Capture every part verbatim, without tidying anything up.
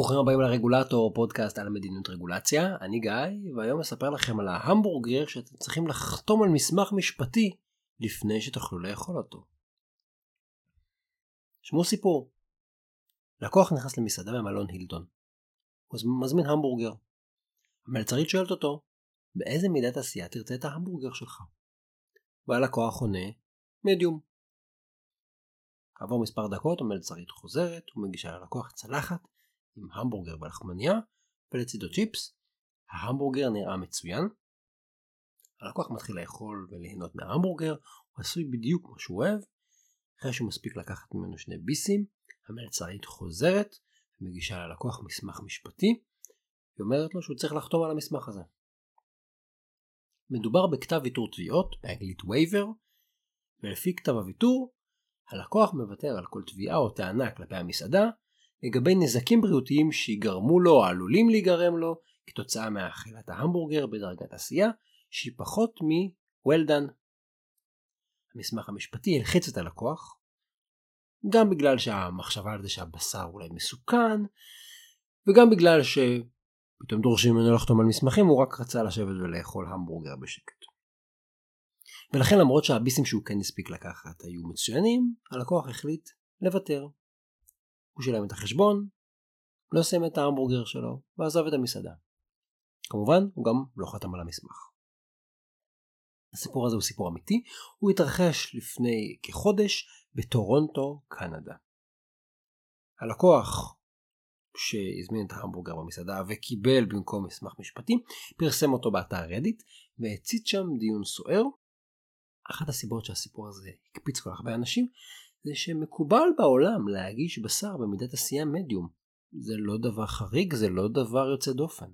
ברוכים הבאים לרגולטור, פודקאסט על מדיניות רגולציה. אני גיא, והיום אספר לכם על ההמבורגר שאתם צריכים לחתום על מסמך משפטי לפני שתוכלו לאכול אותו. שמעו סיפור. לקוח נכנס למסעדה במלון הילטון. הוא מזמין המבורגר. המלצרית שואלת אותו, באיזה מידת עשייה תרצה את ההמבורגר שלך? והלקוח עונה, מדיום. כעבור מספר דקות המלצרית חוזרת ומגישה ללקוח צלחת עם המבורגר ולחמניה ולצידו צ'יפס. ההמבורגר נראה מצוין. הלקוח מתחיל לאכול וליהנות מההמבורגר, הוא עשוי בדיוק כמו שהוא אוהב. אחרי שהוא מספיק לקחת ממנו שני ביסים, המלצרית חוזרת ומגישה ללקוח מסמך משפטי. היא אומרת לו שהוא צריך לחתום על המסמך הזה. מדובר בכתב ויתור תביעות, באנגלית waiver, ולפי כתב הוויתור, הלקוח מוותר על כל תביעה או טענה כלפי המסעדה, לגבי נזקים בריאותיים שיגרמו לו או עלולים להיגרם לו, כתוצאה מאכילת ההמבורגר בדרגת עשייה, שהיא פחות מ-well done. המסמך המשפטי ילחיץ את הלקוח, גם בגלל שהמחשבה על זה שהבשר אולי מסוכן, וגם בגלל שפתאום דורשים ממנו לחתום על מסמכים, הוא רק רצה לשבת ולאכול המבורגר בשקט. ולכן למרות שהביסים שהוא כן הספיק לקחת היו מצוינים, הלקוח החליט לוותר. הוא שילם את החשבון, לא סיים את ההמבורגר שלו, ועזב את המסעדה. כמובן, הוא גם לא חתם על המסמך. הסיפור הזה הוא סיפור אמיתי, הוא התרחש לפני כחודש בטורונטו, קנדה. הלקוח שהזמין את ההמבורגר במסעדה וקיבל במקום מסמך משפטי, פרסם אותו באתר רדיט, והציץ שם דיון סוער. אחת הסיבות שהסיפור הזה הקפיץ כל כך הרבה אנשים, זה שמקובל בעולם להגיש בשר במידת עשייה מדיום. זה לא דבר חריג, זה לא דבר יוצא דופן.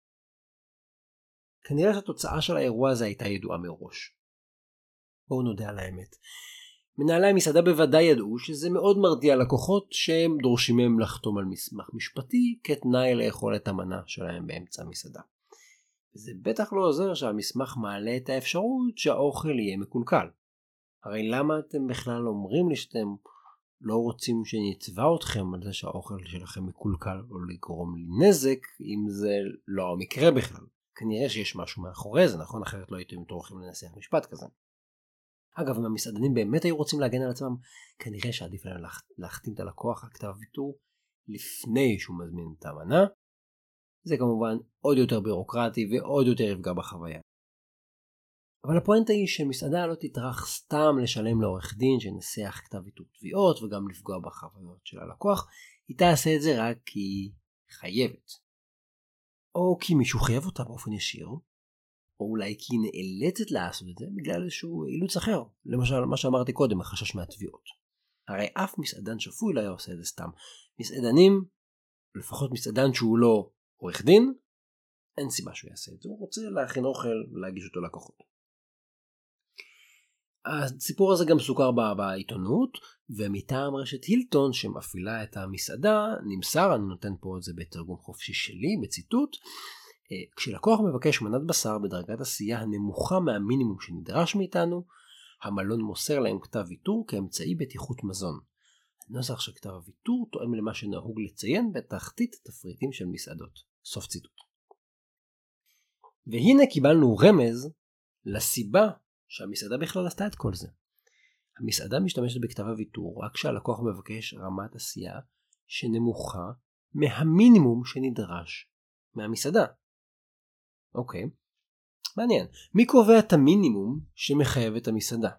כנראה שהתוצאה של האירוע הזה הייתה ידועה מראש. בואו נודה על האמת. מנהלי המסעדה בוודאי ידעו שזה מאוד מרתיע לקוחות שהם דורשים מהם לחתום על מסמך משפטי כתנאי לאכול את המנה שלהם באמצע המסעדה. זה בטח לא עוזר שהמסמך מעלה את האפשרות שהאוכל יהיה מקולקל. הרי למה אתם בכלל אומרים לי שאתם לא רוצים שנצבע אתכם על זה שהאוכל שלכם מקולקל או לגרום לי נזק, אם זה לא המקרה בכלל? כנראה שיש משהו מאחורי זה, נכון? אחרת לא הייתם טורחים לנסח משפט כזה. אגב, אם המסעדנים באמת היו רוצים להגן על עצמם, כנראה שעדיף להם להחתים את הלקוח על כתב ויתור לפני שהוא מזמין את המנה. זה כמובן עוד יותר בירוקרטי ועוד יותר יפגע בחוויה. אבל הפואנטה היא שמסעדה לא תטרח סתם לשלם לעורך דין שנסח כתב ויתור תביעות וגם לפגוע בחוויות של הלקוח, היא תעשה את זה רק כי היא חייבת. או כי מישהו חייב אותה באופן ישיר, או אולי כי היא נאלצת לעשות את זה בגלל איזשהו אילוץ אחר, למשל מה שאמרתי קודם, החשש מהתביעות. הרי אף מסעדן שפוי לא היה עושה את זה סתם. מסעדנים, לפחות מסעדן שהוא לא עורך דין, אין סיבה שהוא יעשה את זה, הוא רוצה להכין אוכל ולהגיש אותו לקוחות. הסיפור הזה גם סוכר בעיתונות, ומטעם רשת הילטון שמפעילה את המסעדה, נמסר, אני נותן פה את זה בתרגום חופשי שלי, בציטוט, כשלקוח מבקש מנת בשר בדרגת עשייה הנמוכה מהמינימום שנדרש מאיתנו, המלון מוסר להם כתב ויתור כאמצעי בטיחות מזון. הנוסח של כתב הוויתור תואם למה שנהוג לציין בתחתית תפריטים של מסעדות. סוף ציטוט. והנה קיבלנו רמז לסיבה שהמסעדה בכלל עשתה את כל זה. המסעדה משתמשת בכתב הוויתור רק כשהלקוח מבקש רמת עשייה שנמוכה מהמינימום שנדרש מהמסעדה. אוקיי, מעניין. מי קובע את המינימום שמחייב את המסעדה?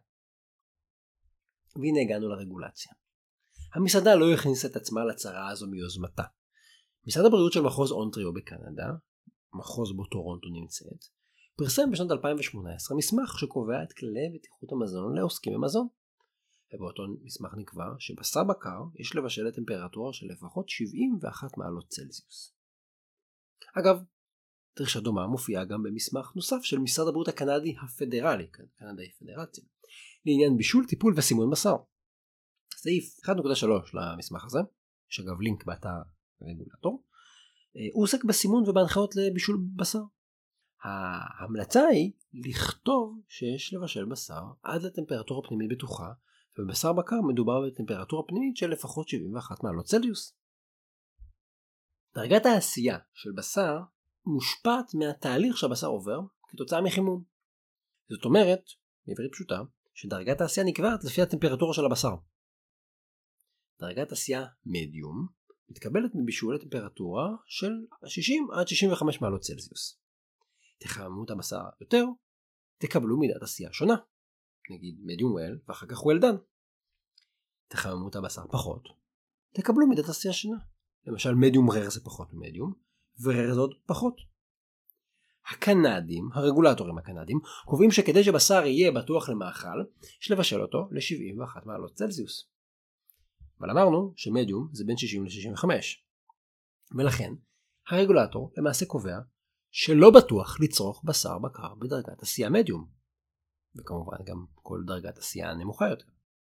והנה הגענו לרגולציה. המסעדה לא הכניסה את עצמה לצרה הזו מיוזמתה. משרד הבריאות של מחוז אונטריו בקנדה, מחוז בו טורונטו נמצאת, פרסם בשנת אלפיים שמונה עשרה מסמך שקובע את כללי בטיחות המזון לעוסקים במזון. ובאותו מסמך נקבע שבשר בקר יש לבשל לטמפרטורה של לפחות שבעים ואחת מעלות צלזיוס. אגב, דרישה דומה מופיעה גם במסמך נוסף של משרד הבריאות הקנדי הפדרלי, קנדה היא פדרציה, לעניין בישול, טיפול וסימון בשר. סעיף אחת נקודה שלוש למסמך הזה, יש אגב לינק באתר רגולטור, הוא עוסק בסימון ובהנחיות לבישול בשר. ההמלצה היא לכתוב שיש לבשל בשר עד לטמפרטורה פנימית בטוחה, ובבשר בקר מדובר בטמפרטורה פנימית של לפחות שבעים ואחת מעלות צלזיוס. דרגת העשייה של בשר מושפעת מהתהליך שהבשר עובר כתוצאה מחימום. זאת אומרת, בעברית פשוטה, שדרגת העשייה נקבעת לפי הטמפרטורה של הבשר. דרגת עשייה מדיום מתקבלת מבישול לטמפרטורה של שישים עד שישים וחמש מעלות צלזיוס. תחממו את הבשר יותר, תקבלו מידת עשייה שונה, נגיד מדיום וול ואחר כך וול דן. תחממו את הבשר פחות, תקבלו מידת עשייה שונה. למשל מדיום רר זה פחות ממדיום, ורר זה עוד פחות. הקנדים, הרגולטורים הקנדים, קובעים שכדי שבשר יהיה בטוח למאכל, יש לבשל אותו ל-שבעים ואחת מעלות צלזיוס. אבל אמרנו שמדיום זה בין שישים ל-שישים וחמש. ולכן, הרגולטור למעשה קובע שלא בטוח לצרוך בשר בקר בדרגת עשייה מדיום. וכמובן גם כל דרגת עשייה נמוכה יותר.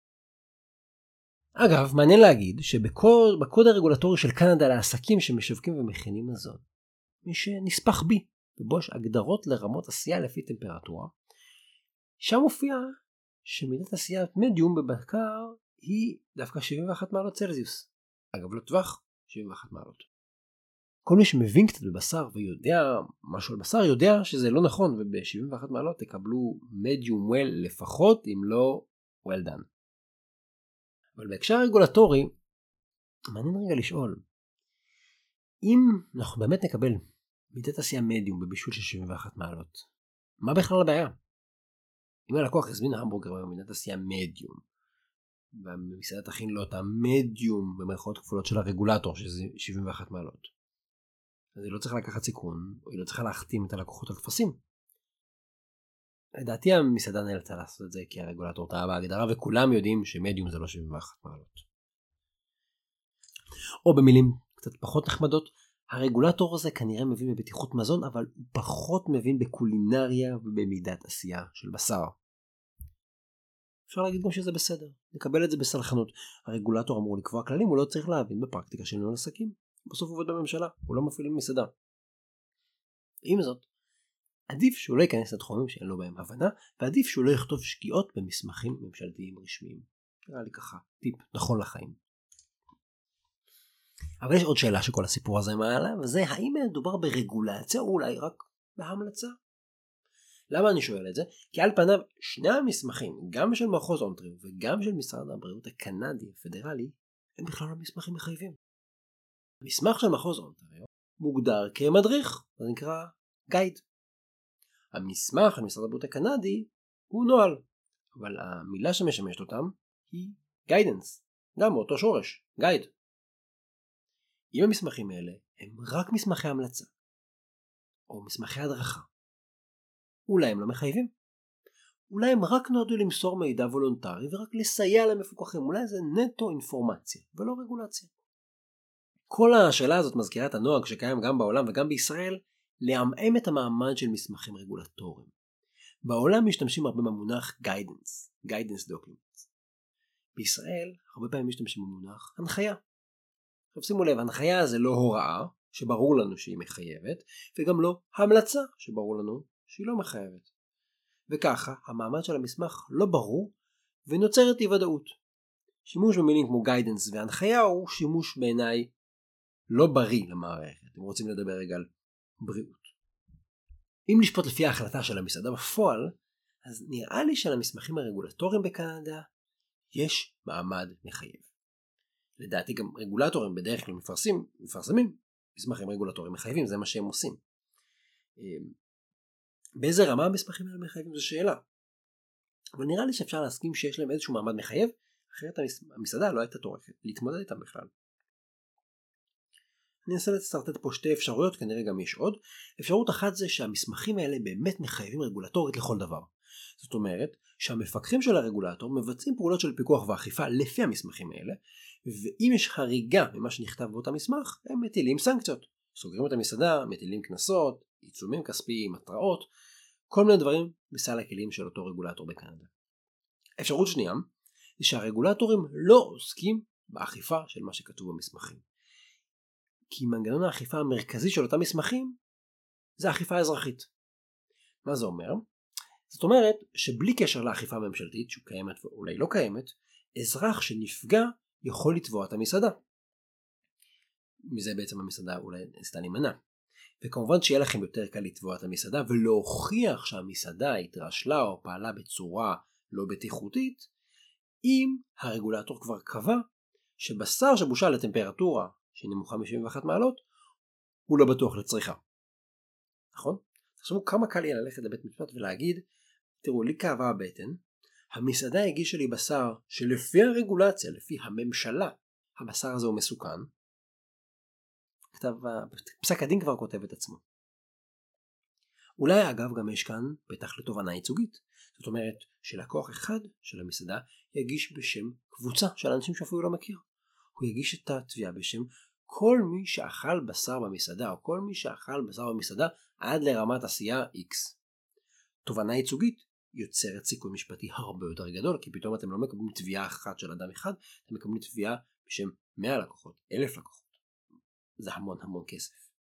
אגב, מעניין להגיד שבקוד הרגולטורי של קנדה לעסקים שמשווקים ומכינים מזון, מי שנספח בי, ובו יש הגדרות לרמות עשייה לפי טמפרטורה, שם מופיע שמידת עשיית מדיום בבקר היא דווקא שבעים ואחת מעלות צלזיוס. אגב, לא טווח, שבעים ואחת מעלות. כל מי שמבין קצת בבשר ויודע משהו על בשר יודע שזה לא נכון, וב-שבעים ואחת מעלות תקבלו מדיום וול לפחות, אם לא וול דן. אבל בהקשר הרגולטורי, מעניין רגע לשאול, אם אנחנו באמת נקבל מידת עשייה מדיום בבישול של שבעים ואחת מעלות, מה בכלל הבעיה? אם הלקוח יזמין המבורגר במידת עשייה מדיום, והמסעדה תכין לו אותה מדיום במרכאות כפולות של הרגולטור שזה שבעים ואחת מעלות, אז היא לא צריכה לקחת סיכון, או היא לא צריכה להחתים את הלקוחות על תפסים. לדעתי המסעדה נאלצה לעשות את זה כי הרגולטור טעה בהגדרה, וכולם יודעים שמדיום זה לא שבעים ואחת מעלות. או במילים קצת פחות נחמדות, הרגולטור הזה כנראה מבין בבטיחות מזון, אבל הוא פחות מבין בקולינריה ובמידת עשייה של בשר. אפשר להגיד גם שזה בסדר, נקבל את זה בסלחנות. הרגולטור אמור לקבוע כללים, הוא לא צריך להבין בפרקטיקה של ניהול עסקים. בסוף הוא עובד בממשלה, הוא לא מפעיל מסעדה. עם זאת, עדיף שהוא לא ייכנס לתחומים שאין לו בהם הבנה, ועדיף שהוא לא יכתוב שגיאות במסמכים ממשלתיים רשמיים. נראה לי ככה, טיפ נכון לחיים. אבל יש עוד שאלה שכל הסיפור הזה מעלה, וזה האם מדובר ברגולציה או אולי רק בהמלצה? למה אני שואל את זה? כי על פניו שני המסמכים, גם של מחוז אונטריו וגם של משרד הבריאות הקנדי הפדרלי, הם בכלל לא מסמכים מחייבים. המסמך של מחוז אונטריו מוגדר כמדריך, זה נקרא גייד. המסמך של משרד הבריאות הקנדי הוא נוהל, אבל המילה שמשמשת אותם היא גיידנס, גם באותו שורש, גייד. אם המסמכים האלה הם רק מסמכי המלצה, או מסמכי הדרכה, אולי הם לא מחייבים. אולי הם רק נועדו למסור מידע וולונטרי ורק לסייע למפוקחים, אולי זה נטו אינפורמציה ולא רגולציה. כל השאלה הזאת מזכירה את הנוהג שקיים גם בעולם וגם בישראל, לעמעם את המעמד של מסמכים רגולטוריים. בעולם משתמשים הרבה במונח guidance, guidance documents. בישראל הרבה פעמים משתמשים במונח הנחיה. עכשיו שימו לב, הנחיה זה לא הוראה שברור לנו שהיא מחייבת, וגם לא המלצה שברור לנו שהיא לא מחייבת. וככה המעמד של המסמך לא ברור ונוצרת אי ודאות. שימוש במילים כמו guidance והנחיה הוא שימוש בעיניי לא בריא למערכת. אתם רוצים לדבר רגע על בריאות. אם לשפוט לפי ההחלטה של המסעדה בפועל, אז נראה לי שלמסמכים הרגולטוריים בקנדה יש מעמד מחייב. לדעתי גם רגולטורים בדרך כלל מפרסמים, מפרסמים מסמכים רגולטוריים מחייבים, זה מה שהם עושים. באיזה רמה המסמכים האלה מחייבים זו שאלה. אבל נראה לי שאפשר להסכים שיש להם איזשהו מעמד מחייב, אחרת המסעדה לא הייתה טורחת להתמודד איתם בכלל. אני אנסה לצרטט פה שתי אפשרויות, כנראה גם יש עוד. אפשרות אחת זה שהמסמכים האלה באמת מחייבים רגולטורית לכל דבר. זאת אומרת שהמפקחים של הרגולטור מבצעים פעולות של פיקוח ואכיפה לפי המסמכים האלה, ואם יש חריגה ממה שנכתב באותה מסמך, הם מטילים סנקציות. סוגרים את המסעדה, מטילים קנסות, עיצומים כספיים, התראות, כל מיני דברים בסל הכלים של אותו רגולטור בקנדה. אפשרות שנייה זה שהרגולטורים לא עוסקים באכיפה של מה שכתוב במסמכים. כי מנגנון האכיפה המרכזי של אותם מסמכים זה האכיפה האזרחית. מה זה אומר? זאת אומרת שבלי קשר לאכיפה הממשלתית שקיימת ואולי לא קיימת, אזרח שנפגע יכול לתבוע את המסעדה. מזה בעצם המסעדה אולי ניסתה להימנע. וכמובן שיהיה לכם יותר קל לתבוע את המסעדה ולהוכיח שהמסעדה התרשלה או פעלה בצורה לא בטיחותית, אם הרגולטור כבר קבע שבשר שבושל לטמפרטורה שהיא נמוכה מ-שבעים ואחת מעלות הוא לא בטוח לצריכה. נכון? תחשבו כמה קל יהיה ללכת לבית משפט ולהגיד, תראו לי כאבה הבטן, המסעדה הגישה לי בשר שלפי הרגולציה, לפי הממשלה, הבשר הזה הוא מסוכן. כתב, פסק הדין כבר כותב את עצמו. אולי אגב גם יש כאן פתח לתובענה ייצוגית. זאת אומרת שלקוח אחד של המסעדה יגיש בשם קבוצה של אנשים שאפילו לא מכיר. הוא יגיש את התביעה בשם כל מי שאכל בשר במסעדה, או כל מי שאכל בשר במסעדה עד לרמת עשייה X. תובענה ייצוגית יוצרת סיכון משפטי הרבה יותר גדול, כי פתאום אתם לא מקבלים תביעה אחת של אדם אחד, אתם מקבלים תביעה בשם מאה לקוחות, אלף לקוחות. זה המון המון כסף.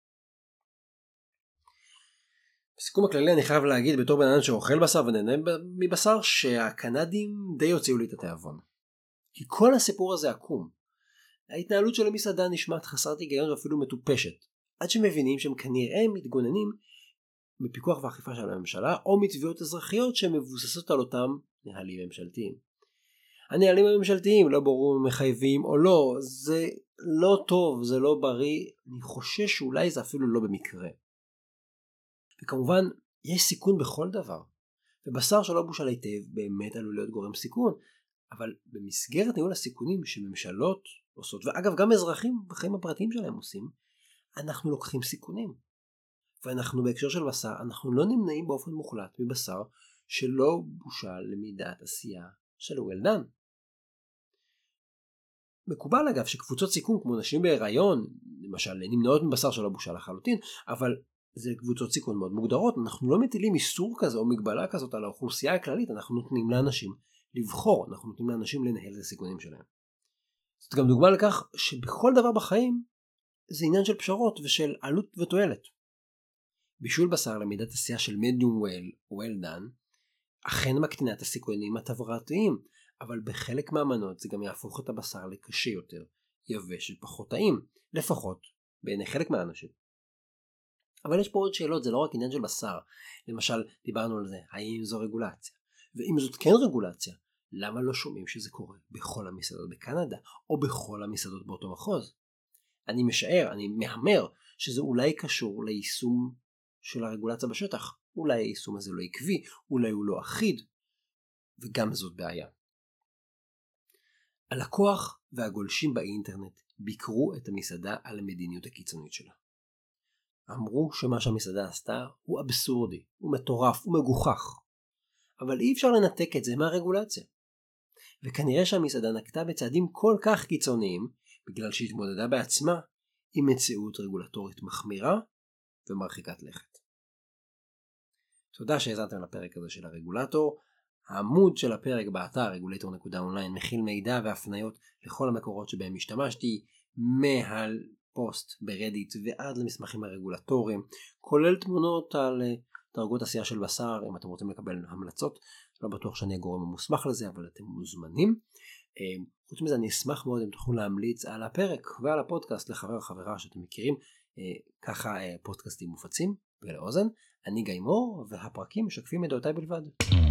בסיכום הכללי אני חייב להגיד בתור בן אדם שאוכל בשר ונהנה מבשר, שהקנדים די הוציאו לי את התיאבון. כי כל הסיפור הזה עקום. ההתנהלות של המסעדה נשמעת חסרת היגיון ואפילו מטופשת, עד שמבינים שהם כנראה מתגוננים מפיקוח ואכיפה של הממשלה או מתביעות אזרחיות שמבוססות על אותם נהלים ממשלתיים. הנהלים הממשלתיים לא ברור אם מחייבים או לא, זה לא טוב, זה לא בריא, אני חושש שאולי זה אפילו לא במקרה. וכמובן יש סיכון בכל דבר, ובשר שלא בושל היטב באמת עלול להיות גורם סיכון, אבל במסגרת ניהול הסיכונים שממשלות עושות, ואגב גם אזרחים בחיים הפרטיים שלהם עושים, אנחנו לוקחים סיכונים. ואנחנו בהקשר של בשר, אנחנו לא נמנעים באופן מוחלט מבשר שלא בושל למידת עשייה של well done. מקובל אגב שקבוצות סיכון כמו נשים בהיריון, למשל, נמנעות מבשר שלא בושל לחלוטין, אבל זה קבוצות סיכון מאוד מוגדרות, אנחנו לא מטילים איסור כזה או מגבלה כזאת על האוכלוסייה הכללית, אנחנו נותנים לאנשים לבחור, אנחנו נותנים לאנשים לנהל את הסיכונים שלהם. זאת גם דוגמה לכך שבכל דבר בחיים זה עניין של פשרות ושל עלות ותועלת. בישול בשר למידת עשייה של medium well, well done, אכן מקטינה את הסיכונים התברואתיים, אבל בחלק מהמנות זה גם יהפוך את הבשר לקשה יותר, יבש ופחות טעים, לפחות בעיני חלק מהאנשים. אבל יש פה עוד שאלות, זה לא רק עניין של בשר. למשל, דיברנו על זה, האם זו רגולציה? ואם זאת כן רגולציה, למה לא שומעים שזה קורה בכל המסעדות בקנדה, או בכל המסעדות באותו מחוז? אני משער, אני מהמר, שזה אולי קשור ליישום של הרגולציה בשטח. אולי היישום הזה לא עקבי, אולי הוא לא אחיד, וגם זאת בעיה. הלקוח והגולשים באינטרנט ביקרו את המסעדה על המדיניות הקיצונית שלה. אמרו שמה שהמסעדה עשתה הוא אבסורדי, הוא מטורף, הוא מגוחך. אבל אי אפשר לנתק את זה מהרגולציה. וכנראה שהמסעדה נקטה בצעדים כל כך קיצוניים, בגלל שהתמודדה בעצמה עם מציאות רגולטורית מחמירה ומרחיקת לכת. תודה שהזנתם לפרק הזה של הרגולטור. העמוד של הפרק באתר רגולטור נקודה אונליין מכיל מידע והפניות לכל המקורות שבהם השתמשתי, מהפוסט ברדיט ועד למסמכים הרגולטוריים, כולל תמונות על דרגות עשייה של בשר. אם אתם רוצים לקבל המלצות, לא בטוח שאני הגורם המוסמך לזה, אבל אתם מוזמנים. חוץ מזה אני אשמח מאוד אם תוכלו להמליץ על הפרק ועל הפודקאסט לחבר חברה שאתם מכירים, ככה פודקאסטים מופצים ולאוזן. אני גיא מור, והפרקים משקפים את דעותיי בלבד.